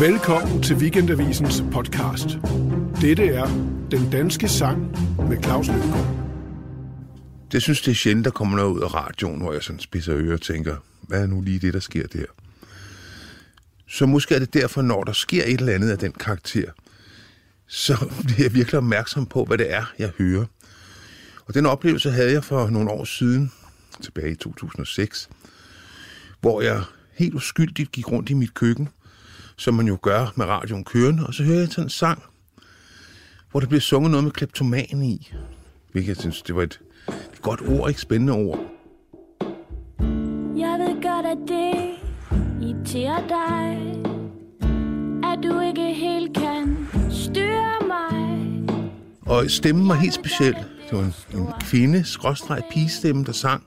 Velkommen til Weekendavisens podcast. Dette er Den Danske Sang med Claus Lynggaard. Det synes det er sjældent, der kommer noget ud af radioen, hvor jeg sådan spidser ører og tænker, hvad er nu lige det, der sker der? Så måske er det derfor, når der sker et eller andet af den karakter, så bliver jeg virkelig opmærksom på, hvad det er, jeg hører. Og den oplevelse havde jeg for nogle år siden, tilbage i 2006, hvor jeg helt uskyldigt gik rundt i mit køkken, som man jo gør med radioen kørende, og så hører jeg sådan en sang, hvor der bliver sunget noget med kleptoman i. Hvilket jeg synes, det var et godt ord, ikke? Spændende ord. Jeg ved godt, at det irriterer dig, at du ikke helt kan styre mig. Og stemmen var helt speciel. Det var en kvinde-pigestemme, der sang.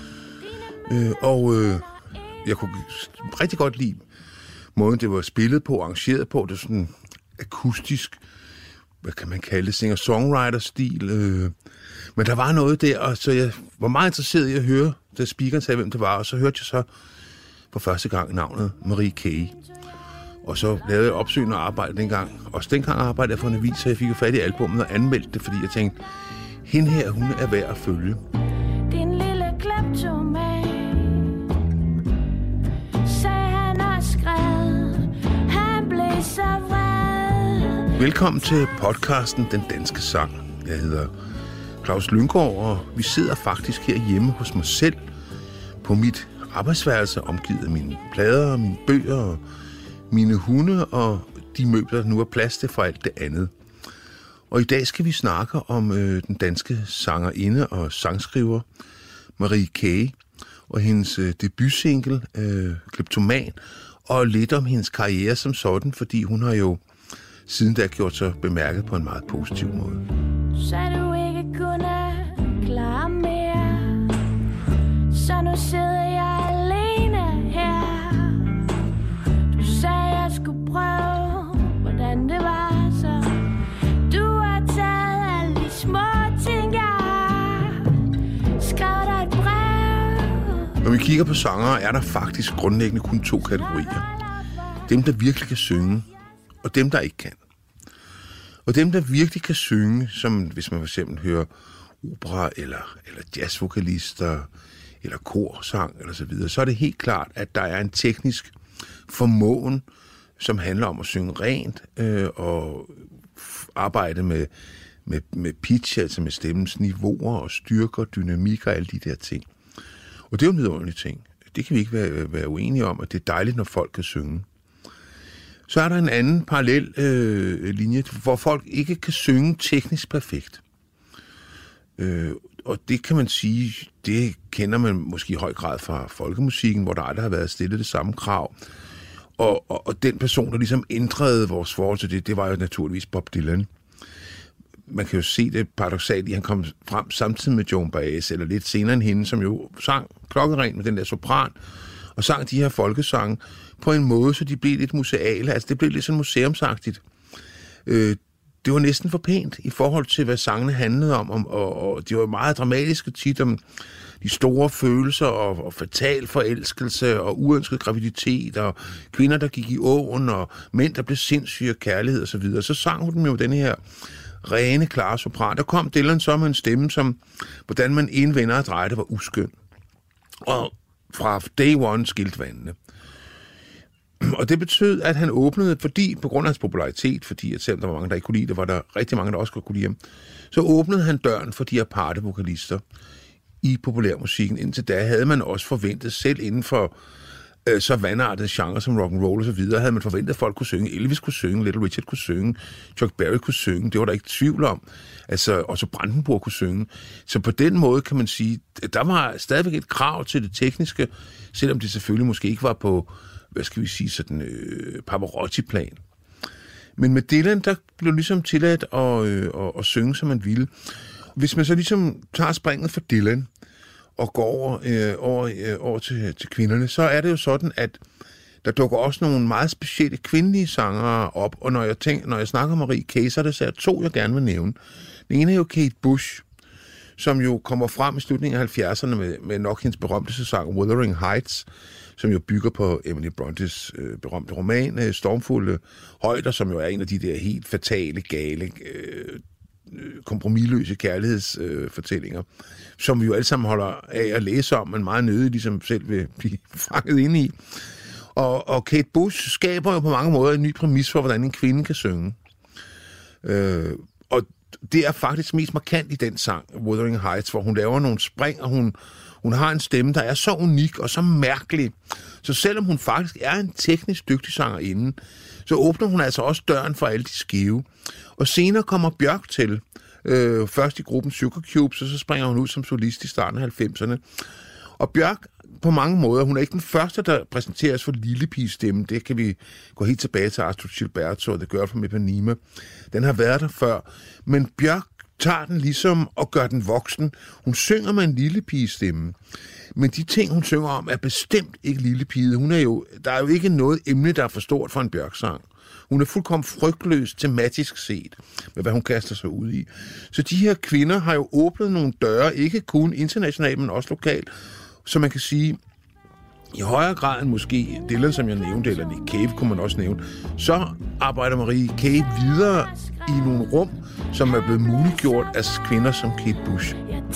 Jeg kunne rigtig godt lide måden, det var spillet på, arrangeret på. Det var sådan akustisk, hvad kan man kalde det, singer-songwriter-stil. Men der var noget der, og så jeg var meget interesseret i at høre, da speakeren sagde, hvem det var, og så hørte jeg så for første gang navnet Marie Kay. Og så lavede jeg opsøgende arbejde dengang. Også dengang arbejdede jeg for en avis, så jeg fik jo fat i albummet og anmeldte det, fordi jeg tænkte, hende her, hun er værd at følge. Din lille kleptoman, sagde han og skrev, han blev så vred. Velkommen til podcasten Den Danske Sang. Jeg hedder Claus Lynggaard, og vi sidder faktisk her hjemme hos mig selv på mit arbejdsværelse, omgivet af mine plader, mine bøger, mine hunde og de møbler, der nu er plads til for alt det andet. Og i dag skal vi snakke om den danske sangerinde og sangskriver Marie Kay og hendes debutsingle Kleptoman, og lidt om hendes karriere som sådan, fordi hun har jo siden da gjort sig bemærket på en meget positiv måde. Så du ikke kunne klare mere, så nu sidder jeg alene her. Du sagde, jeg skulle prøve, hvordan det var, så du har taget alle de små ting, jeg har. Skrev dig et brev. Når vi kigger på sangere, er der faktisk grundlæggende kun to kategorier. Dem, der virkelig kan synge, og dem, der ikke kan. Og dem, der virkelig kan synge, som hvis man for eksempel hører opera eller jazzvokalister eller korsang eller så videre, så er det helt klart, at der er en teknisk formåen, som handler om at synge rent og arbejde med pitch, altså med stemmens niveauer og styrker, dynamik og alle de der ting. Og det er jo en vidunderlig ting. Det kan vi ikke være uenige om, at det er dejligt, når folk kan synge. Så er der en anden parallel linje, hvor folk ikke kan synge teknisk perfekt. Og det kan man sige, det kender man måske i høj grad fra folkemusikken, hvor der aldrig har været stillet det samme krav. Og den person, der ligesom ændrede vores forhold til det var jo naturligvis Bob Dylan. Man kan jo se det paradoksalt, at han kom frem samtidig med Joan Baez, eller lidt senere end hende, som jo sang klokkerent med den der sopran, og sang de her folkesange på en måde, så de blev lidt museale. Altså, det blev lidt sådan museumsagtigt. Det var næsten for pænt i forhold til, hvad sangene handlede om, og det var meget dramatiske tit om de store følelser og fatal forelskelse og uønsket graviditet og kvinder, der gik i åen og mænd, der blev sindssyge af kærlighed og så videre. Så sang hun dem jo den her rene, klare sopran. Der kom Dylan så med en stemme, som hvordan man indvender og drejer det var uskøn. Og fra day one skilte vandene. Og det betød, at han åbnede, fordi på grund af hans popularitet, fordi at selvom der var mange, der ikke kunne lide det, var der rigtig mange, der også kunne lide ham, så åbnede han døren for de aparte vokalister i populærmusikken. Indtil da havde man også forventet, selv inden for så vandartede genre som rock and roll og så videre, havde man forventet, at folk kunne synge. Elvis kunne synge, Little Richard kunne synge, Chuck Berry kunne synge, det var der ikke tvivl om. Altså, også Brandenburg kunne synge. Så på den måde kan man sige, der var stadigvæk et krav til det tekniske, selvom det selvfølgelig måske ikke var på, hvad skal vi sige, sådan Pavarotti-plan. Men med Dylan, der blev ligesom tilladt at synge, som man ville. Hvis man så ligesom tager springet for Dylan og går over til kvinderne, så er det jo sådan, at der dukker også nogle meget specielle kvindelige sangere op, og når jeg snakker om Marie Kay, så er der to, jeg gerne vil nævne. Den ene er jo Kate Bush, som jo kommer frem i slutningen af 70'erne med nok hendes berømte sang Wuthering Heights, som jo bygger på Emily Brontes berømte roman, Stormfulde højder, som jo er en af de der helt fatale, gale, kompromisløse kærlighedsfortællinger, som vi jo alle sammen holder af at læse om, men meget nødigt ligesom selv vil blive fanget ind i. Og Kate Bush skaber jo på mange måder en ny præmis for, hvordan en kvinde kan synge. Og det er faktisk mest markant i den sang, Wuthering Heights, hvor hun laver nogle spring, og hun har en stemme, der er så unik og så mærkelig. Så selvom hun faktisk er en teknisk dygtig sangerinde, så åbner hun altså også døren for alle de skæve. Og senere kommer Bjørk til, først i gruppen Sugar Cubes, og så springer hun ud som solist i starten af 90'erne. Og Bjørk, på mange måder, hun er ikke den første, der præsenteres for lillepigestemmen. Det kan vi gå helt tilbage til Astrud Gilberto og The Girl from Ipanema. Den har været der før. Men Bjørk tager den ligesom og gør den voksen. Hun synger med en lillepigestemme. Men de ting, hun synger om, er bestemt ikke lillepige. Der er jo ikke noget emne, der er for stort for en Bjørk-sang. Hun er fuldkommen frygtløs tematisk set, med hvad hun kaster sig ud i. Så de her kvinder har jo åbnet nogle døre, ikke kun internationalt, men også lokalt. Så man kan sige, i højere grad end måske Dylan, som jeg nævnte, eller Nick Cave kunne man også nævne, så arbejder Marie Kay videre i nogle rum, som er blevet muliggjort af kvinder som Kate Bush.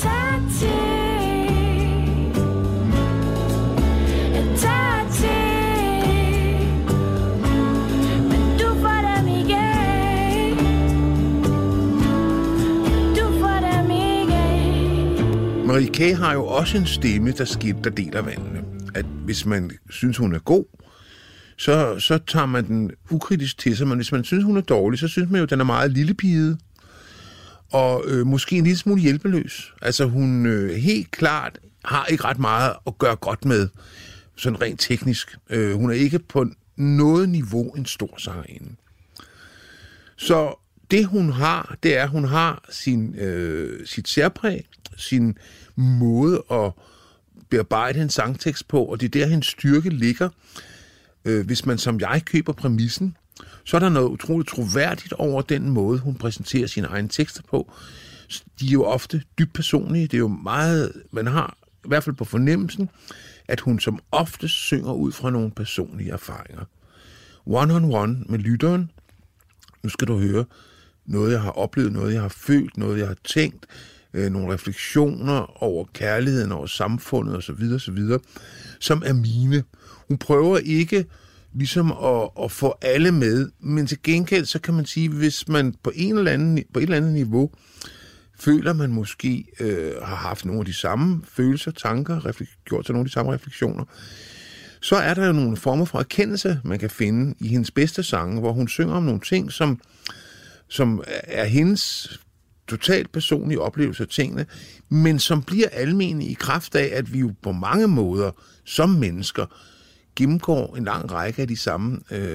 Marie Kay har jo også en stemme, der deler vandene. At hvis man synes, hun er god, så tager man den ukritisk til sig. Men hvis man synes, hun er dårlig, så synes man jo, at den er meget lillepiget. Og måske en lille smule hjælpeløs. Altså hun helt klart har ikke ret meget at gøre godt med, sådan rent teknisk. Hun er ikke på noget niveau en stor sangerinde. Så det hun har, det er, at hun har sit særpræg, sin måde at bearbejde en sangtekst på, og det er der, hendes styrke ligger. Hvis man som jeg køber præmissen, så er der noget utroligt troværdigt over den måde, hun præsenterer sine egne tekster på. De er jo ofte dybt personlige. Det er jo meget, man har i hvert fald på fornemmelsen, at hun som ofte synger ud fra nogle personlige erfaringer. One-on-one med lytteren. Nu skal du høre noget, jeg har oplevet, noget, jeg har følt, noget, jeg har tænkt, nogle refleksioner over kærligheden, over samfundet osv., som er mine. Hun prøver ikke ligesom at få alle med, men til gengæld, så kan man sige, hvis man på et eller andet niveau føler, man måske har haft nogle af de samme følelser, tanker, gjort sig nogle af de samme refleksioner, så er der jo nogle former for erkendelse, man kan finde i hendes bedste sange, hvor hun synger om nogle ting, som er hendes totalt personlige oplevelse af tingene, men som bliver almene i kraft af, at vi jo på mange måder som mennesker gennemgår en lang række af de samme,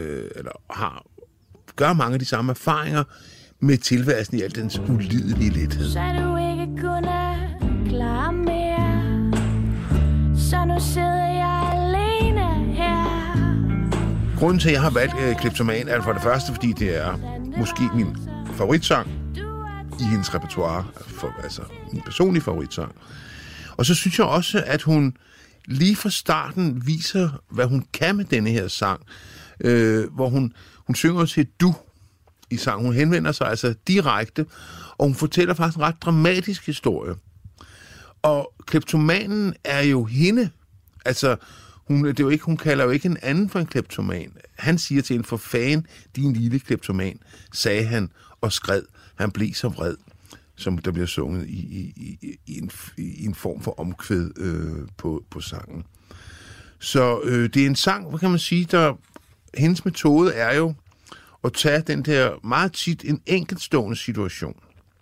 gør mange af de samme erfaringer med tilværelsen i al dens ulidelige lethed. Så du ikke kunne klare mere, så nu sidder jeg alene her. Grunden til, at jeg har valgt Kleptoman, er for det første, fordi det er måske min favoritsang i hendes repertoire, altså min personlige favoritsang. Og så synes jeg også, at hun lige fra starten viser, hvad hun kan med denne her sang, hvor hun synger til du i sang. Hun henvender sig altså direkte, og hun fortæller faktisk en ret dramatisk historie. Og kleptomanen er jo hende. Altså, hun kalder jo ikke en anden for en kleptoman. Han siger til en for fan, din lille kleptoman, sagde han og skred. Han blev så vred, som der bliver sunget i en form for omkvæd på sangen. Så det er en sang, hvad kan man sige, hendes metode er jo at tage den der meget tit en enkeltstående situation.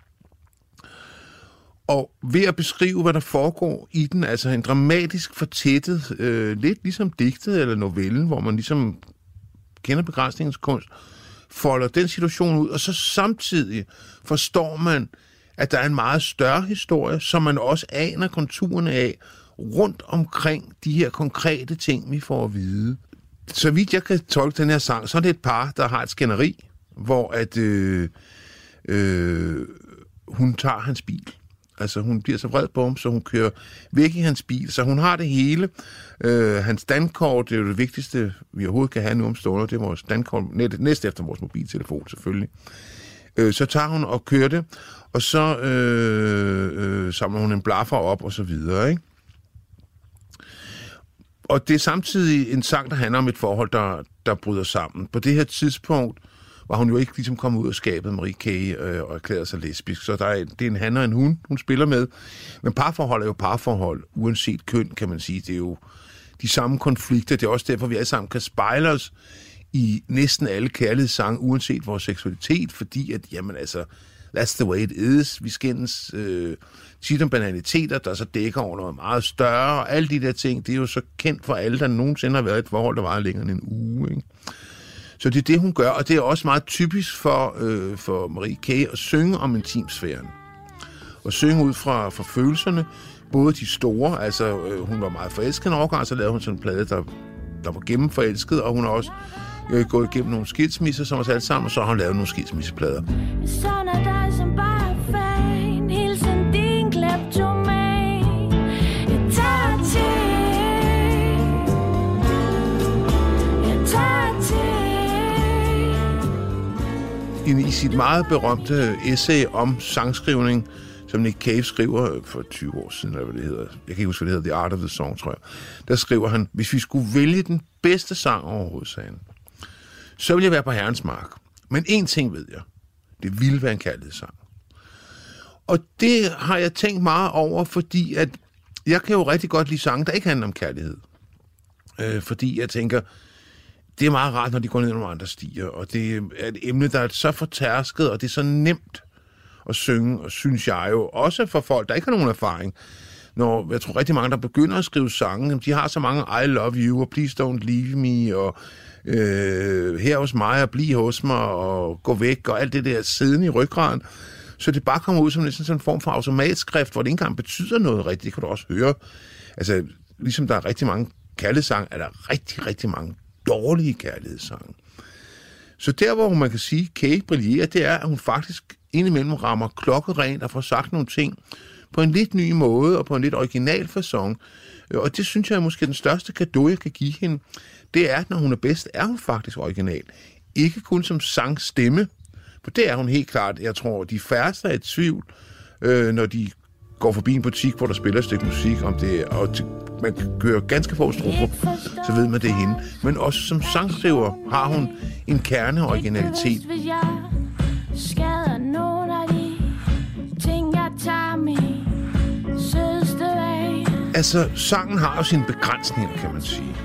Og ved at beskrive, hvad der foregår i den, altså en dramatisk fortættet, lidt ligesom digtet eller novellen, hvor man ligesom kender begrænsningens kunst, folder den situation ud, og så samtidig forstår man, at der er en meget større historie, som man også aner konturerne af, rundt omkring de her konkrete ting, vi får at vide. Så vidt jeg kan tolke den her sang, så er det et par, der har et skænderi, hvor at hun tager hans bil. Altså, hun bliver så vred på ham, så hun kører væk i hans bil. Så hun har det hele. Hans dankort, det er jo det vigtigste, vi overhovedet kan have nu om stunder. Det er vores dankort, næst efter vores mobiltelefon selvfølgelig. Så tager hun og kører det, og så samler hun en blaffer op, og så videre, ikke? Og det er samtidig en sang, der handler om et forhold, der bryder sammen. På det her tidspunkt var hun jo ikke ligesom kommet ud af skabet, Marie Kay, og erklærede sig lesbisk. Så det er en han og en hun spiller med. Men parforhold er jo parforhold, uanset køn, kan man sige. Det er jo de samme konflikter. Det er også derfor, vi alle sammen kan spejle os i næsten alle kærlighedssange, uanset vores seksualitet, fordi at, jamen altså, that's the way it is. Vi skændes tit om banaliteter, der så dækker over noget meget større, og alle de der ting, det er jo så kendt for alle, der nogensinde har været et forhold, der varer længere end en uge, ikke? Så det er det, hun gør, og det er også meget typisk for Marie Kay at synge om intimsfæren. Og synge ud fra følelserne, både de store, altså hun var meget forelsket en overgang, så lavede hun sådan en plade, der var gennemforelsket, og hun har også gået igennem nogle skilsmisser, som os alle sammen, og så har hun lavet nogle skilsmisseplader. Sådan er dig som bare fan, hilsen din kleptoman. Jeg tager til. I sit meget berømte essay om sangskrivning, som Nick Cave skriver for 20 år siden, eller hvad det hedder. Jeg kan ikke huske, hvad det hedder, The Art of the Song, tror jeg. Der skriver han, hvis vi skulle vælge den bedste sang overhovedet, sagde han, så ville jeg være på Herrens Mark. Men én ting ved jeg. Det ville være en kærlighedssang. Og det har jeg tænkt meget over, fordi at jeg kan jo rigtig godt lide sange, der ikke handler om kærlighed. Fordi jeg tænker, det er meget rart, når de går ned nogle andre stier, og det er et emne, der er så fortærsket, og det er så nemt at synge, og synes jeg jo, også for folk, der ikke har nogen erfaring. Når jeg tror rigtig mange, der begynder at skrive sange, de har så mange I love you, og please don't leave me, og her hos mig, og bliv hos mig, og gå væk, og alt det der siddende i ryggraden. Så det bare kommer ud som sådan en form for automatskrift, hvor det ikke engang betyder noget rigtigt. Det kan du også høre. Altså, ligesom der er rigtig mange kærlighedssange, er der rigtig, rigtig mange dårlige kærlighedssange. Så der, hvor man kan sige, Kay brillerer, det er, at hun faktisk indimellem rammer klokkerent og får sagt nogle ting på en lidt ny måde og på en lidt original facon. Og det synes jeg er måske den største cadeau, jeg kan give hende. Det er, at når hun er bedst, er hun faktisk original. Ikke kun som sangstemme, for det er hun helt klart. Jeg tror, de færreste er i tvivl, når de går forbi en butik, hvor der spiller et stykke musik, om det, og man kan køre ganske få strofer, så ved man, det er hende. Men også som sangskriver har hun en kerneoriginalitet. Altså, sangen har jo sine begrænsninger, kan man sige.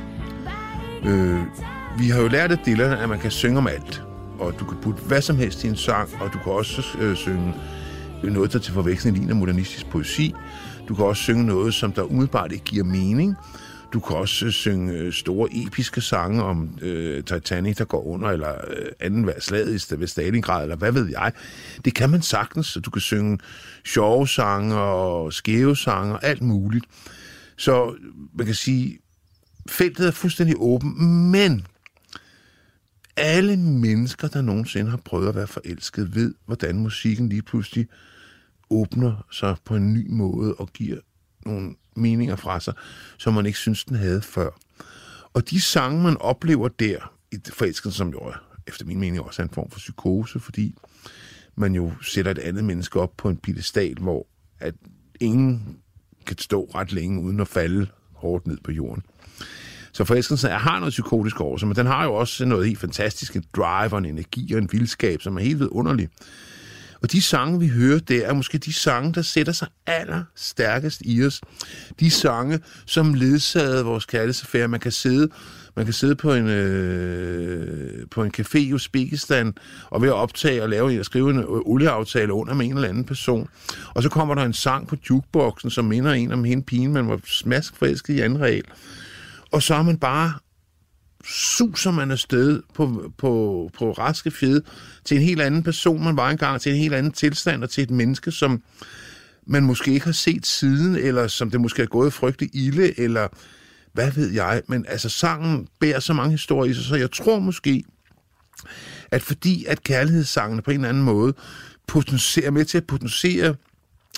Vi har jo lært af Dylan, at man kan synge om alt. Og du kan putte hvad som helst i en sang, og du kan også synge noget, der til forveksling ligner modernistisk poesi. Du kan også synge noget, som der umiddelbart ikke giver mening. Du kan også synge store episke sange om Titanic, der går under, eller anden slaget ved Stalingrad, eller hvad ved jeg. Det kan man sagtens. Du kan synge sjove sange og skæve sange og alt muligt. Så man kan sige, feltet er fuldstændig åbent, men alle mennesker, der nogensinde har prøvet at være forelsket, ved, hvordan musikken lige pludselig åbner sig på en ny måde og giver nogle meninger fra sig, som man ikke synes, den havde før. Og de sange, man oplever der, i forelskelsen, som jo efter min mening også er en form for psykose, fordi man jo sætter et andet menneske op på en piedestal, hvor at ingen kan stå ret længe uden at falde hårdt ned på jorden. Så forelskelsen har noget psykotisk over sig, men den har jo også noget helt fantastisk, en drive og en energi og en vildskab, som er helt vidunderlig. Og de sange, vi hører der, er måske de sange, der sætter sig allerstærkest i os. De sange, som ledsagede vores kærlighedsaffære. Man kan sidde på en café i Uzbekistan og ved at optage og skrive en olieaftale under med en eller anden person. Og så kommer der en sang på jukeboxen, som minder en om hende pigen, man var smaskforelsket i anden regel. Og så er man bare suser man afsted på raske fjede til en helt anden person, man var engang, til en helt anden tilstand, og til et menneske, som man måske ikke har set siden, eller som det måske er gået frygtelig ilde, eller hvad ved jeg. Men altså, sangen bærer så mange historier i sig, så jeg tror måske, at fordi at kærlighedssangene på en eller anden måde er med til at potentiere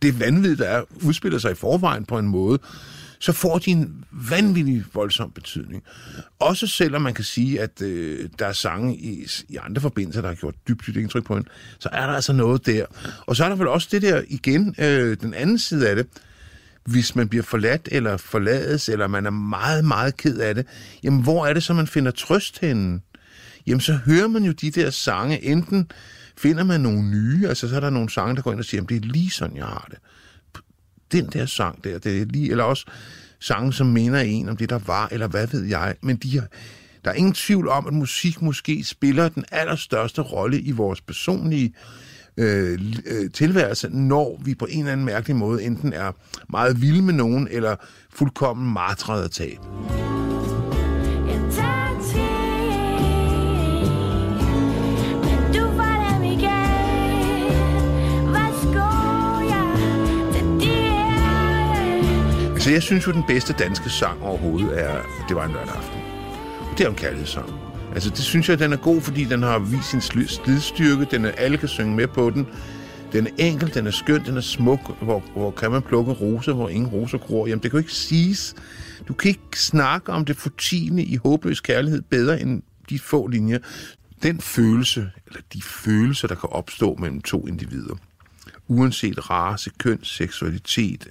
det vanvid, der udspiller sig i forvejen på en måde, så får de en vanvittig voldsom betydning. Også selvom man kan sige, at der er sange i andre forbindelser, der har gjort dybt indtryk på en, så er der altså noget der. Og så er der vel også det der igen, den anden side af det, hvis man bliver forladt eller forlades, eller man er meget, meget ked af det, jamen hvor er det så, man finder trøst henne? Jamen så hører man jo de der sange, enten finder man nogle nye, altså så er der nogle sange, der går ind og siger, jamen det er lige sådan, jeg har det. Den der sang der, det er lige, eller også sange, som minder en om det, der var, eller hvad ved jeg, men der er ingen tvivl om, at musik måske spiller den allerstørste rolle i vores personlige tilværelse, når vi på en eller anden mærkelig måde enten er meget vilde med nogen, eller fuldkommen martret af tab. Så jeg synes jo, den bedste danske sang overhovedet er Det var en lørdag aften. Det er jo en kærlighedssang. Altså det synes jeg, den er god, fordi den har vist sin slidstyrke, alle kan synge med på den. Den er enkel, den er skøn, den er smuk, hvor kan man plukke roser, hvor ingen roser gror. Jamen det kan jo ikke siges. Du kan ikke snakke om det fortiende i håbløs kærlighed bedre end de få linjer. Den følelse, eller de følelser, der kan opstå mellem to individer, uanset race, køn, seksualitet,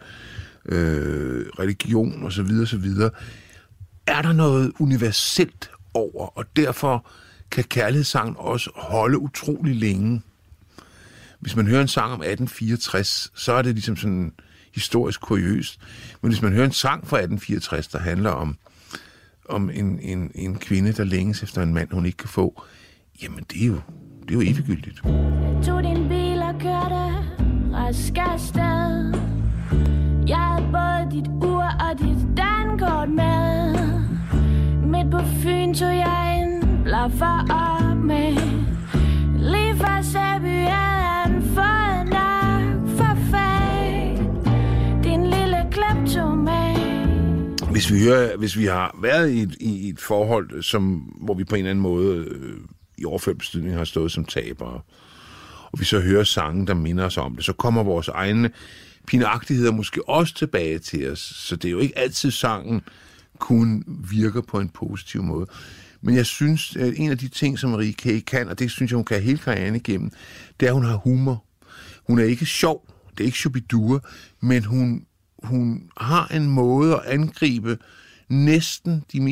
religion og så videre, er der noget universelt over, og derfor kan kærlighedssangen også holde utrolig længe. Hvis man hører en sang om 1864, så er det ligesom sådan historisk kuriøst. Men hvis man hører en sang fra 1864, der handler om en kvinde, der længes efter en mand, hun ikke kan få, jamen det er jo eviggyldigt. Jeg tog din bil og kørte rask afsted. Jeg havde både dit ur og dit dankort med. Midt på Fyn tog jeg en blaffer op med. Lige fra Sæby havde han fået nok for fag. Din lille kleptomat. Hvis vi har været i et forhold, hvor vi på en eller anden måde i overført betydning har stået som tabere, og vi så hører sange, der minder os om det, så kommer vores egne pinagtigheder måske også tilbage til os. Så det er jo ikke altid sangen kun virker på en positiv måde. Men jeg synes, at en af de ting, som Marie K. kan, og det synes jeg, hun kan hele karrieren igennem, det er, at hun har humor. Hun er ikke sjov, det er ikke Shubidua, men hun har en måde at angribe næsten de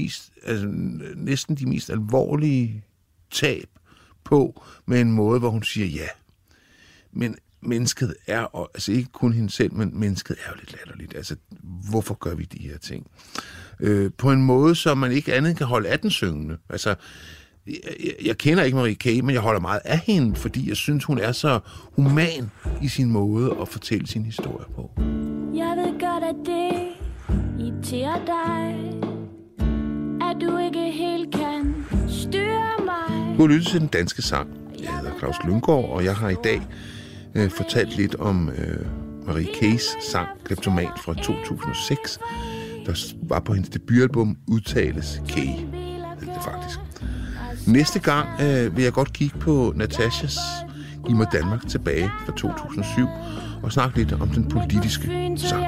mest alvorlige tab på, med en måde, hvor hun siger ja. Men mennesket er, altså ikke kun hende selv, men mennesket er jo lidt latterligt. Altså, hvorfor gør vi de her ting? På en måde, så man ikke andet kan holde af den syngende. Altså, jeg kender ikke Marie K., men jeg holder meget af hende, fordi jeg synes, hun er så human i sin måde at fortælle sin historie på. Jeg ved godt, at det irriterer dig, at du ikke helt kan styre mig. Du har lyttet til Den Danske Sang. Jeg hedder Claus Lynggaard, og jeg har i dag fortalt lidt om Marie K.'s sang Kleptomat fra 2006, der var på hendes debutalbum Udtales K, hed det faktisk. Næste gang vil jeg godt kigge på Natashas Giv mig Danmark tilbage fra 2007 og snakke lidt om den politiske sang.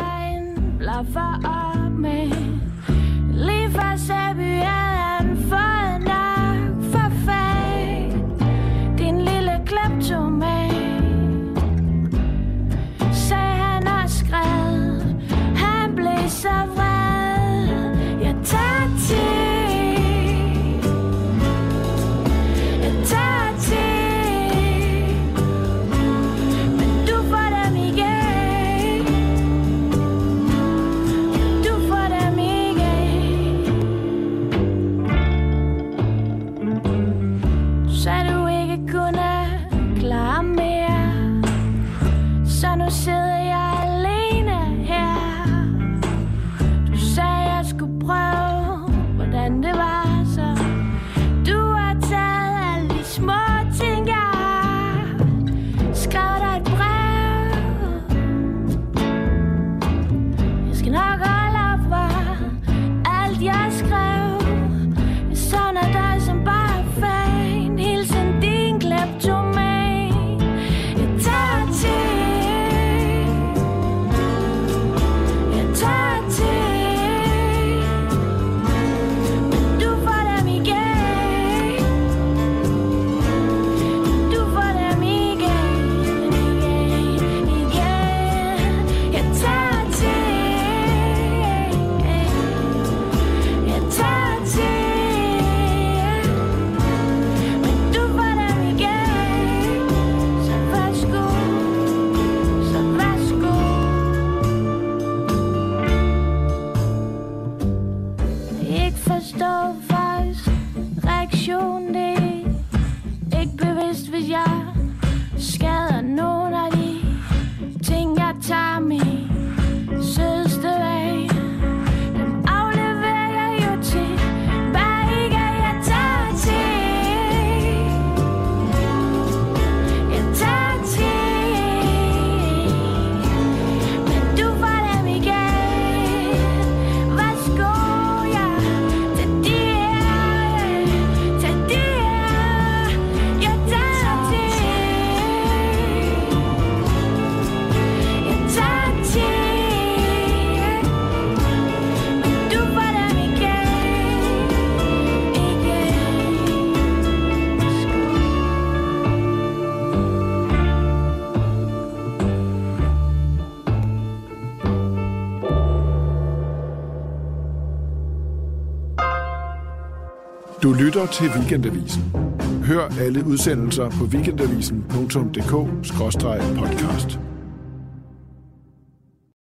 Lige fra Sæby havde han fået nok for fag. Din lille kleptomat, sagde han og skrev. Han blev så vred. Jeg tager til. Jeg tager til. Men du får dem igen. Du får dem igen. Du lytter til Weekendavisen. Hør alle udsendelser på weekendavisen.dk/podcast.